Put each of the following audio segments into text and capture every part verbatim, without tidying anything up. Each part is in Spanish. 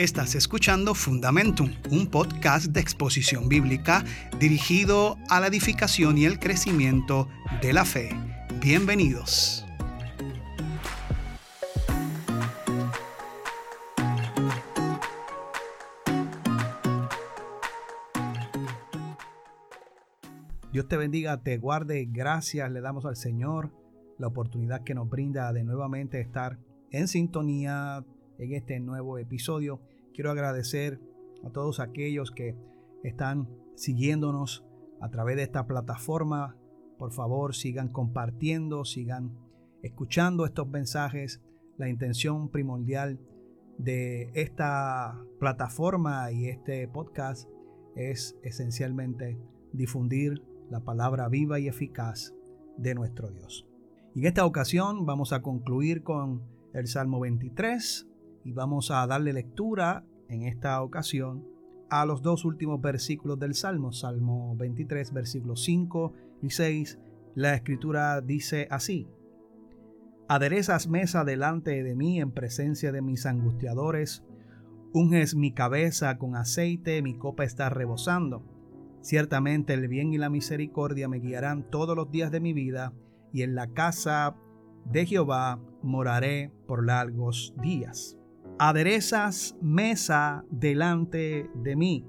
Estás escuchando Fundamentum, un podcast de exposición bíblica dirigido a la edificación y el crecimiento de la fe. Bienvenidos. Dios te bendiga, te guarde. Gracias le damos al Señor la oportunidad que nos brinda de nuevamente estar en sintonía en este nuevo episodio. Quiero agradecer a todos aquellos que están siguiéndonos a través de esta plataforma. Por favor, sigan compartiendo, sigan escuchando estos mensajes. La intención primordial de esta plataforma y este podcast es esencialmente difundir la palabra viva y eficaz de nuestro Dios. Y en esta ocasión vamos a concluir con el Salmo veintitrés y vamos a darle lectura en esta ocasión a los dos últimos versículos del Salmo. Salmo veintitrés, versículos cinco y seis. La Escritura dice así: Aderezas mesa delante de mí en presencia de mis angustiadores. Unges mi cabeza con aceite, mi copa está rebosando. Ciertamente el bien y la misericordia me guiarán todos los días de mi vida, y en la casa de Jehová moraré por largos días. Aderezas mesa delante de mí.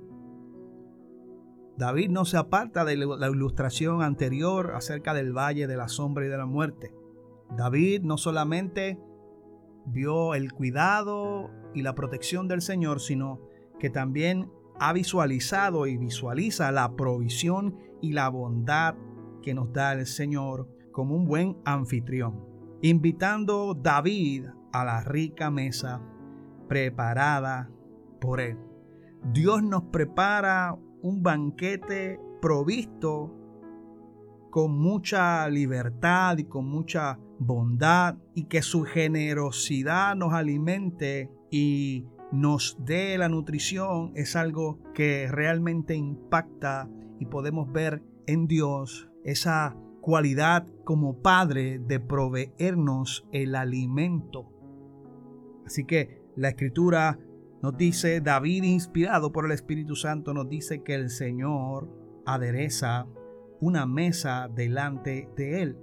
David no se aparta de la ilustración anterior acerca del valle de la sombra y de la muerte. David no solamente vio el cuidado y la protección del Señor, sino que también ha visualizado y visualiza la provisión y la bondad que nos da el Señor como un buen anfitrión, invitando David a la rica mesa preparada por él. Dios nos prepara un banquete provisto con mucha libertad y con mucha bondad, y que su generosidad nos alimente y nos dé la nutrición es algo que realmente impacta, y podemos ver en Dios esa cualidad como Padre de proveernos el alimento. Así que la Escritura nos dice, David, inspirado por el Espíritu Santo, nos dice que el Señor adereza una mesa delante de él.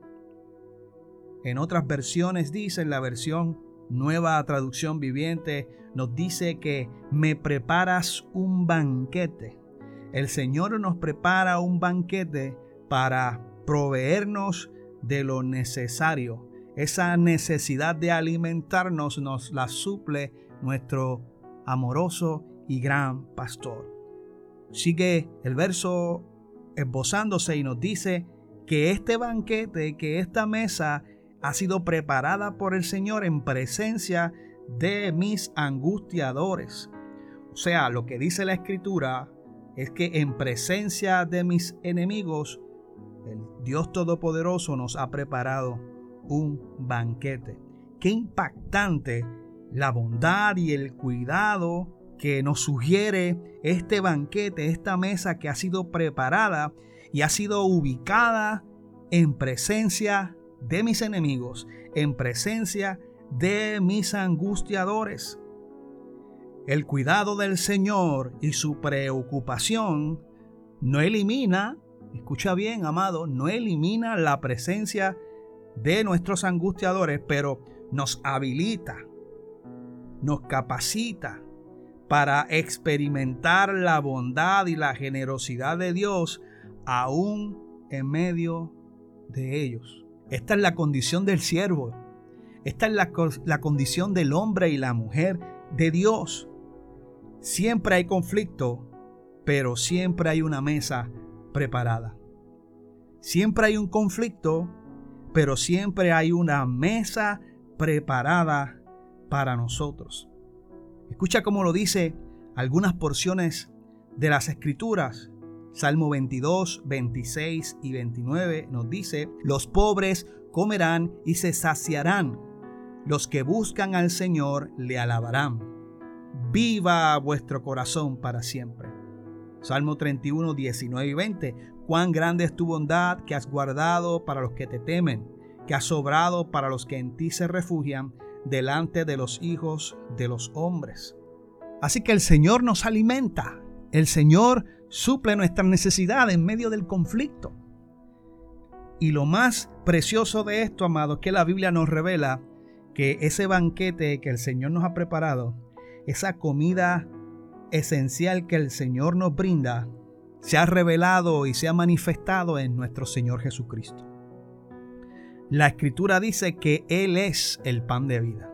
En otras versiones dice, en la versión Nueva Traducción Viviente, nos dice que me preparas un banquete. El Señor nos prepara un banquete para proveernos de lo necesario. Esa necesidad de alimentarnos nos la suple nuestro amoroso y gran pastor. Sigue el verso esbozándose y nos dice que este banquete, que esta mesa ha sido preparada por el Señor en presencia de mis angustiadores. O sea, lo que dice la Escritura es que en presencia de mis enemigos, el Dios Todopoderoso nos ha preparado un banquete. Qué impactante la bondad y el cuidado que nos sugiere este banquete, esta mesa que ha sido preparada y ha sido ubicada en presencia de mis enemigos, en presencia de mis angustiadores. El cuidado del Señor y su preocupación no elimina, escucha bien, amado, no elimina la presencia de nuestros angustiadores, pero nos habilita, nos capacita para experimentar la bondad y la generosidad de Dios aún en medio de ellos. Esta es la condición del siervo. Esta es la, la condición del hombre y la mujer de Dios. Siempre hay conflicto, pero siempre hay una mesa preparada. Siempre hay un conflicto, pero siempre hay una mesa preparada para nosotros. Escucha cómo lo dice algunas porciones de las Escrituras. Salmo veintidós, veintiséis y veintinueve nos dice: los pobres comerán y se saciarán. Los que buscan al Señor le alabarán. Viva vuestro corazón para siempre. Salmo treinta y uno, diecinueve y veinte. Cuán grande es tu bondad que has guardado para los que te temen, que has sobrado para los que en ti se refugian, delante de los hijos de los hombres. Así que el Señor nos alimenta. El Señor suple nuestras necesidades en medio del conflicto. Y lo más precioso de esto, amados, es que la Biblia nos revela que ese banquete que el Señor nos ha preparado, esa comida esencial que el Señor nos brinda, se ha revelado y se ha manifestado en nuestro Señor Jesucristo. La Escritura dice que Él es el pan de vida.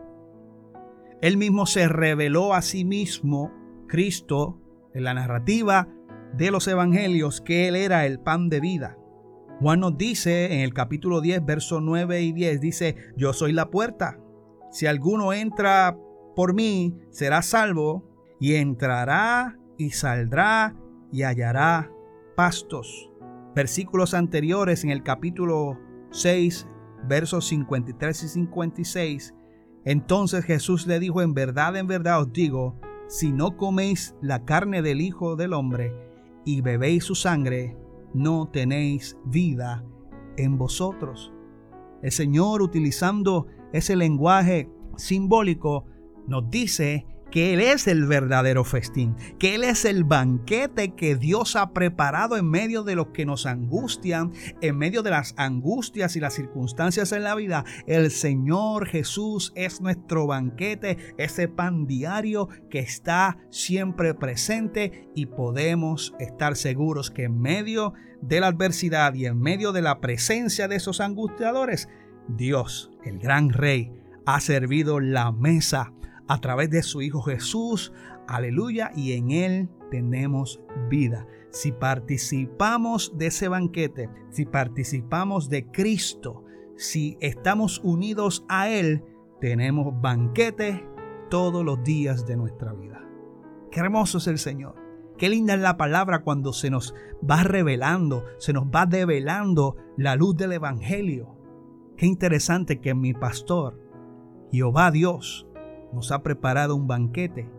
Él mismo se reveló a sí mismo, Cristo, en la narrativa de los evangelios, que Él era el pan de vida. Juan nos dice en el capítulo diez, versos nueve y diez, dice: yo soy la puerta. Si alguno entra por mí, será salvo, y entrará y saldrá y hallará pastos. Versículos anteriores en el capítulo seis, versos cincuenta y tres y cincuenta y seis. Entonces Jesús le dijo: en verdad, en verdad os digo, si no coméis la carne del Hijo del Hombre y bebéis su sangre, no tenéis vida en vosotros. El Señor, utilizando ese lenguaje simbólico, nos dice que Él es el verdadero festín, que Él es el banquete que Dios ha preparado en medio de los que nos angustian, en medio de las angustias y las circunstancias en la vida. El Señor Jesús es nuestro banquete, ese pan diario que está siempre presente, y podemos estar seguros que en medio de la adversidad y en medio de la presencia de esos angustiadores, Dios, el gran Rey, ha servido la mesa a través de su Hijo Jesús, aleluya, y en Él tenemos vida. Si participamos de ese banquete, si participamos de Cristo, si estamos unidos a Él, tenemos banquete todos los días de nuestra vida. Qué hermoso es el Señor. Qué linda es la palabra cuando se nos va revelando, se nos va develando la luz del Evangelio. Qué interesante que mi pastor, Jehová Dios, nos ha preparado un banquete,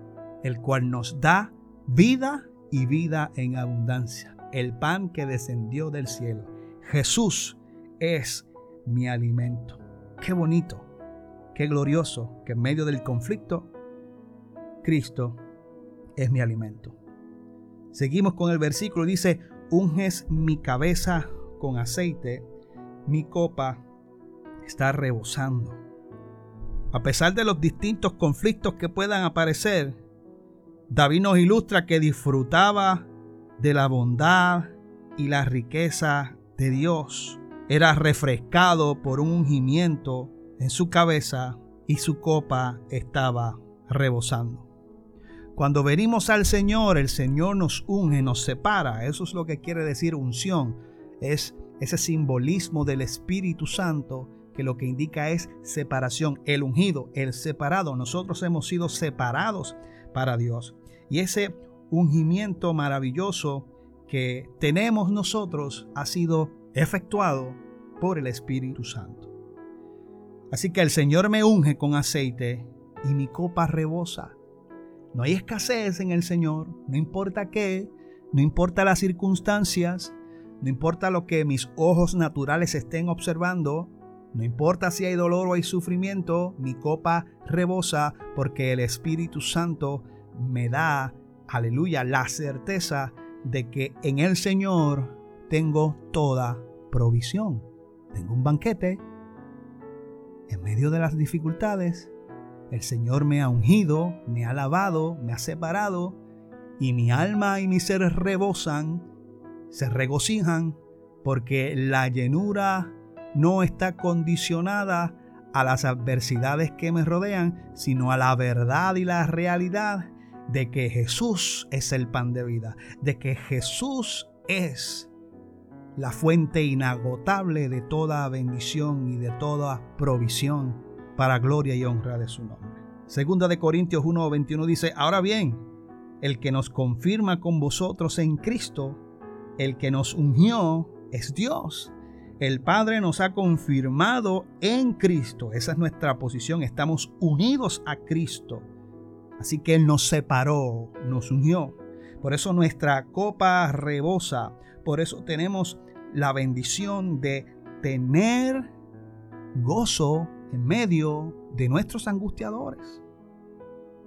el cual nos da vida y vida en abundancia. El pan que descendió del cielo. Jesús es mi alimento. Qué bonito, qué glorioso que en medio del conflicto, Cristo es mi alimento. Seguimos con el versículo, dice: unges mi cabeza con aceite, mi copa está rebosando. A pesar de los distintos conflictos que puedan aparecer, David nos ilustra que disfrutaba de la bondad y la riqueza de Dios. Era refrescado por un ungimiento en su cabeza y su copa estaba rebosando. Cuando venimos al Señor, el Señor nos unge, nos separa. Eso es lo que quiere decir unción. Es ese simbolismo del Espíritu Santo, que lo que indica es separación. El ungido, el separado. Nosotros hemos sido separados para Dios. Y ese ungimiento maravilloso que tenemos nosotros ha sido efectuado por el Espíritu Santo. Así que el Señor me unge con aceite y mi copa rebosa. No hay escasez en el Señor, no importa qué, no importa las circunstancias, no importa lo que mis ojos naturales estén observando. No importa si hay dolor o hay sufrimiento, mi copa rebosa, porque el Espíritu Santo me da, aleluya, la certeza de que en el Señor tengo toda provisión. Tengo un banquete. En medio de las dificultades, el Señor me ha ungido, me ha lavado, me ha separado, y mi alma y mi ser rebosan, se regocijan, porque la llenura no está condicionada a las adversidades que me rodean, sino a la verdad y la realidad de que Jesús es el pan de vida, de que Jesús es la fuente inagotable de toda bendición y de toda provisión para gloria y honra de su nombre. Segunda de Corintios uno veintiuno dice: ahora bien, el que nos confirma con vosotros en Cristo, el que nos ungió, es Dios. El Padre nos ha confirmado en Cristo. Esa es nuestra posición. Estamos unidos a Cristo. Así que Él nos separó, nos unió. Por eso nuestra copa rebosa. Por eso tenemos la bendición de tener gozo en medio de nuestros angustiadores.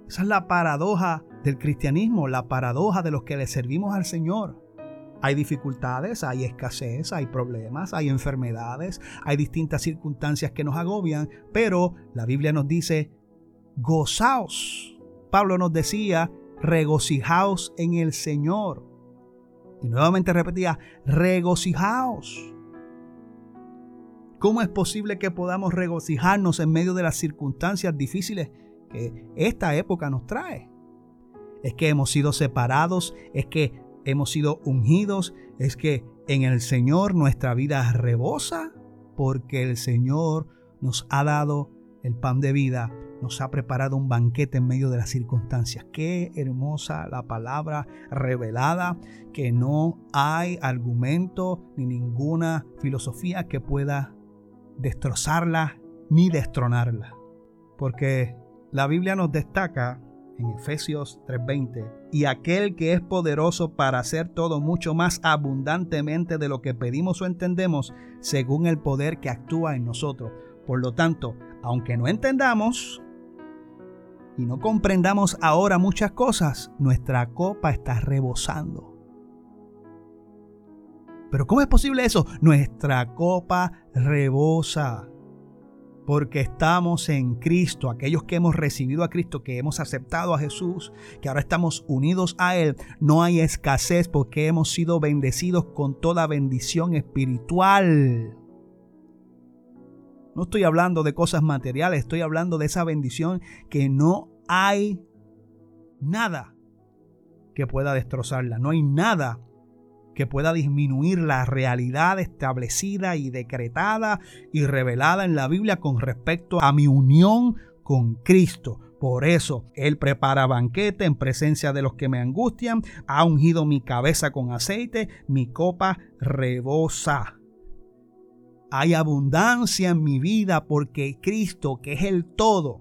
Esa es la paradoja del cristianismo, la paradoja de los que le servimos al Señor. Hay dificultades, hay escasez, hay problemas, hay enfermedades, hay distintas circunstancias que nos agobian, pero la Biblia nos dice, gozaos. Pablo nos decía, regocijaos en el Señor. Y nuevamente repetía, regocijaos. ¿Cómo es posible que podamos regocijarnos en medio de las circunstancias difíciles que esta época nos trae? Es que hemos sido separados, es que hemos sido ungidos, es que en el Señor nuestra vida rebosa, porque el Señor nos ha dado el pan de vida, nos ha preparado un banquete en medio de las circunstancias. Qué hermosa la palabra revelada, que no hay argumento ni ninguna filosofía que pueda destrozarla ni destronarla. Porque la Biblia nos destaca en Efesios tres veinte, y aquel que es poderoso para hacer todo mucho más abundantemente de lo que pedimos o entendemos, según el poder que actúa en nosotros. Por lo tanto, aunque no entendamos y no comprendamos ahora muchas cosas, nuestra copa está rebosando. ¿Pero cómo es posible eso? Nuestra copa rebosa. Porque estamos en Cristo, aquellos que hemos recibido a Cristo, que hemos aceptado a Jesús, que ahora estamos unidos a Él, no hay escasez porque hemos sido bendecidos con toda bendición espiritual. No estoy hablando de cosas materiales, estoy hablando de esa bendición que no hay nada que pueda destrozarla, no hay nada que pueda disminuir la realidad establecida y decretada y revelada en la Biblia con respecto a mi unión con Cristo. Por eso Él prepara banquete en presencia de los que me angustian, ha ungido mi cabeza con aceite, mi copa rebosa. Hay abundancia en mi vida porque Cristo, que es el todo,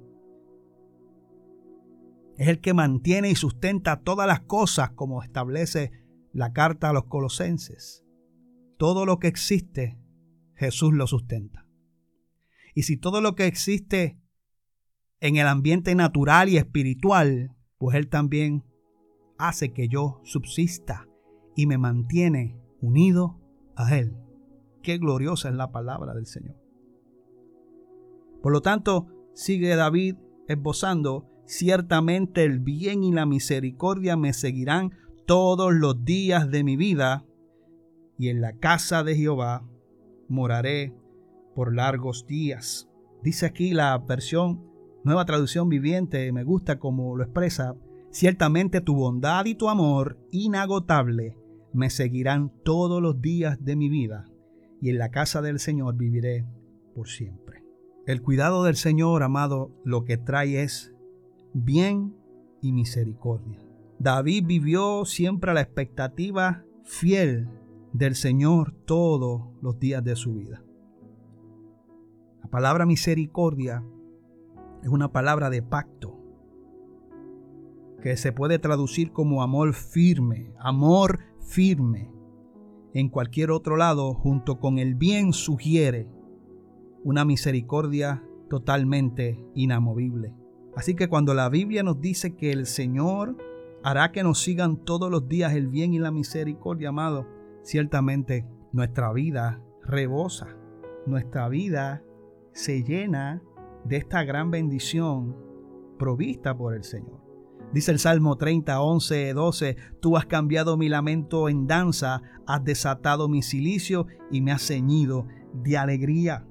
es el que mantiene y sustenta todas las cosas, como establece la carta a los Colosenses. Todo lo que existe, Jesús lo sustenta. Y si todo lo que existe en el ambiente natural y espiritual, pues Él también hace que yo subsista y me mantiene unido a Él. Qué gloriosa es la palabra del Señor. Por lo tanto, sigue David esbozando, ciertamente el bien y la misericordia me seguirán todos los días de mi vida, y en la casa de Jehová moraré por largos días. Dice aquí la versión Nueva Traducción Viviente, me gusta como lo expresa, ciertamente tu bondad y tu amor inagotable me seguirán todos los días de mi vida, y en la casa del Señor viviré por siempre. El cuidado del Señor, amado, lo que trae es bien y misericordia. David vivió siempre a la expectativa fiel del Señor todos los días de su vida. La palabra misericordia es una palabra de pacto que se puede traducir como amor firme, amor firme. En cualquier otro lado, junto con el bien, sugiere una misericordia totalmente inamovible. Así que cuando la Biblia nos dice que el Señor hará que nos sigan todos los días el bien y la misericordia, amado, ciertamente nuestra vida rebosa, nuestra vida se llena de esta gran bendición provista por el Señor. Dice el Salmo treinta, once, doce, tú has cambiado mi lamento en danza, has desatado mi cilicio y me has ceñido de alegría.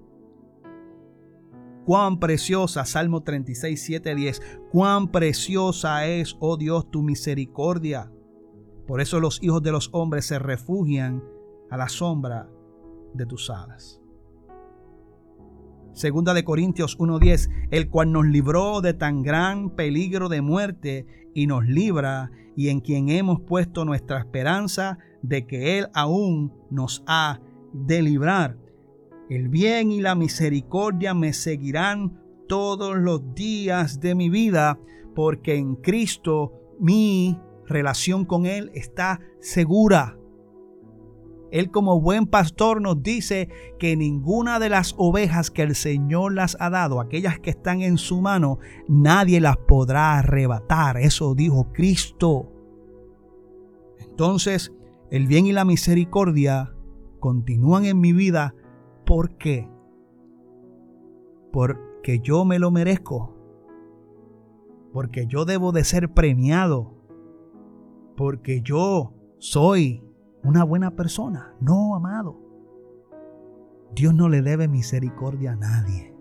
Cuán preciosa, Salmo treinta y seis, siete, diez, cuán preciosa es, oh Dios, tu misericordia. Por eso los hijos de los hombres se refugian a la sombra de tus alas. Segunda de Corintios uno, diez, el cual nos libró de tan gran peligro de muerte y nos libra, y en quien hemos puesto nuestra esperanza de que Él aún nos ha de librar. El bien y la misericordia me seguirán todos los días de mi vida, porque en Cristo mi relación con Él está segura. Él como buen pastor nos dice que ninguna de las ovejas que el Señor las ha dado, aquellas que están en su mano, nadie las podrá arrebatar. Eso dijo Cristo. Entonces, el bien y la misericordia continúan en mi vida. ¿Por qué? Porque yo me lo merezco. Porque yo debo de ser premiado. Porque yo soy una buena persona. No, amado. Dios no le debe misericordia a nadie.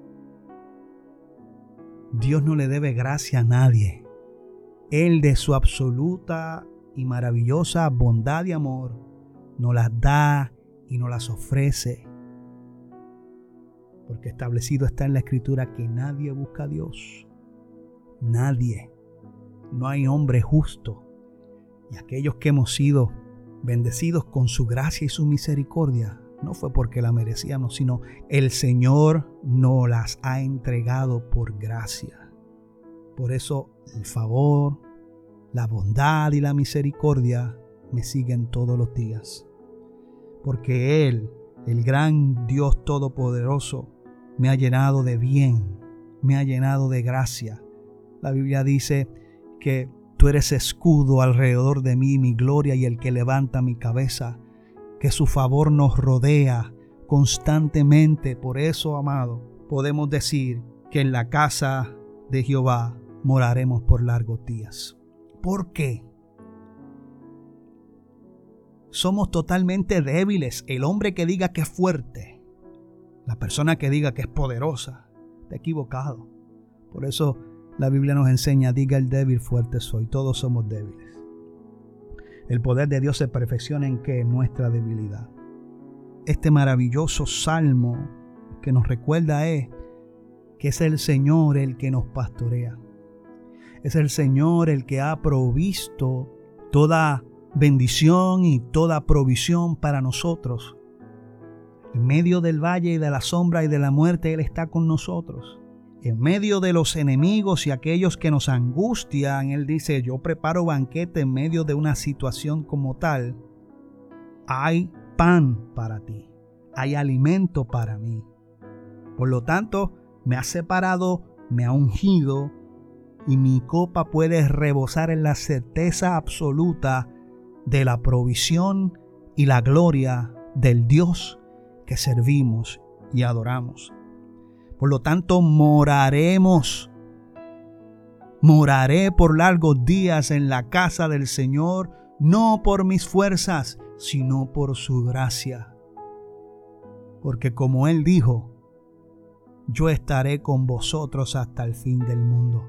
Dios no le debe gracia a nadie. Él, de su absoluta y maravillosa bondad y amor, nos las da y nos las ofrece. Porque establecido está en la Escritura que nadie busca a Dios. Nadie. No hay hombre justo. Y aquellos que hemos sido bendecidos con su gracia y su misericordia, no fue porque la merecíamos, sino el Señor nos las ha entregado por gracia. Por eso el favor, la bondad y la misericordia me siguen todos los días. Porque Él, el gran Dios todopoderoso, me ha llenado de bien, me ha llenado de gracia. La Biblia dice que tú eres escudo alrededor de mí, mi gloria y el que levanta mi cabeza, que su favor nos rodea constantemente. Por eso, amado, podemos decir que en la casa de Jehová moraremos por largos días. ¿Por qué? Somos totalmente débiles. El hombre que diga que es fuerte, la persona que diga que es poderosa, está equivocado. Por eso la Biblia nos enseña, diga el débil, fuerte soy. Todos somos débiles. El poder de Dios se perfecciona en que nuestra debilidad. Este maravilloso salmo que nos recuerda es que es el Señor el que nos pastorea. Es el Señor el que ha provisto toda bendición y toda provisión para nosotros. En medio del valle y de la sombra y de la muerte, Él está con nosotros. En medio de los enemigos y aquellos que nos angustian, Él dice, yo preparo banquete en medio de una situación como tal. Hay pan para ti, hay alimento para mí. Por lo tanto, me ha separado, me ha ungido y mi copa puede rebosar en la certeza absoluta de la provisión y la gloria del Dios que servimos y adoramos. Por lo tanto, moraremos, moraré por largos días en la casa del Señor, no por mis fuerzas, sino por su gracia. Porque como Él dijo, yo estaré con vosotros hasta el fin del mundo.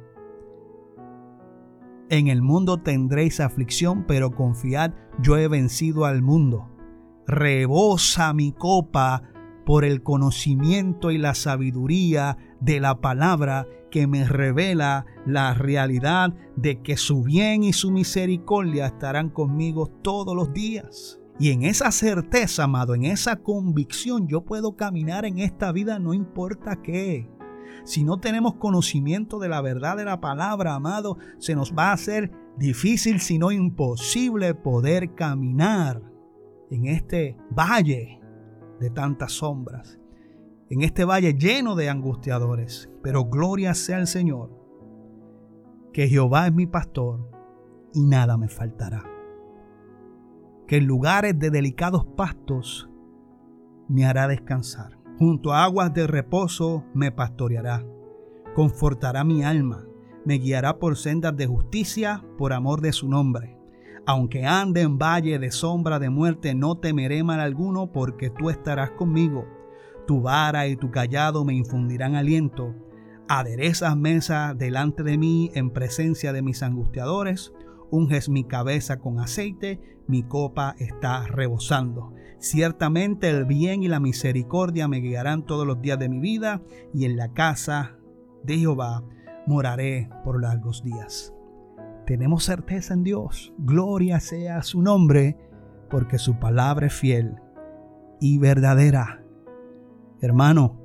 En el mundo tendréis aflicción, pero confiad, yo he vencido al mundo. Rebosa mi copa por el conocimiento y la sabiduría de la palabra que me revela la realidad de que su bien y su misericordia estarán conmigo todos los días. Y en esa certeza, amado, en esa convicción, yo puedo caminar en esta vida no importa qué. Si no tenemos conocimiento de la verdad de la palabra, amado, se nos va a hacer difícil, si no imposible, poder caminar en este valle de tantas sombras, en este valle lleno de angustiadores. Pero gloria sea al Señor, que Jehová es mi pastor y nada me faltará. Que en lugares de delicados pastos me hará descansar. Junto a aguas de reposo me pastoreará. Confortará mi alma. Me guiará por sendas de justicia por amor de su nombre. Aunque ande en valle de sombra de muerte, no temeré mal alguno, porque tú estarás conmigo. Tu vara y tu cayado me infundirán aliento. Aderezas mesa delante de mí en presencia de mis angustiadores. Unges mi cabeza con aceite, mi copa está rebosando. Ciertamente el bien y la misericordia me guiarán todos los días de mi vida, y en la casa de Jehová moraré por largos días. Tenemos certeza en Dios. Gloria sea su nombre, porque su palabra es fiel y verdadera. Hermano,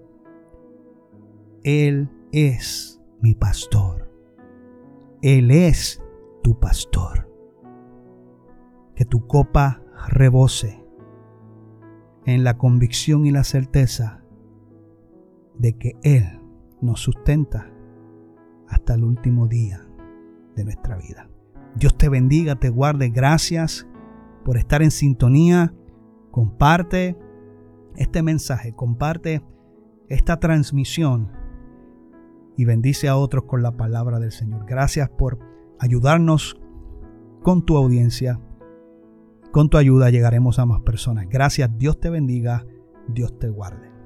Él es mi pastor. Él es tu pastor. Que tu copa rebose. en la convicción y la certeza de que Él nos sustenta hasta el último día de nuestra vida. Dios te bendiga, te guarde. Gracias por estar en sintonía. Comparte este mensaje, comparte esta transmisión y bendice a otros con la palabra del Señor. Gracias por ayudarnos con tu audiencia. Con tu ayuda llegaremos a más personas. Gracias, Dios te bendiga, Dios te guarde.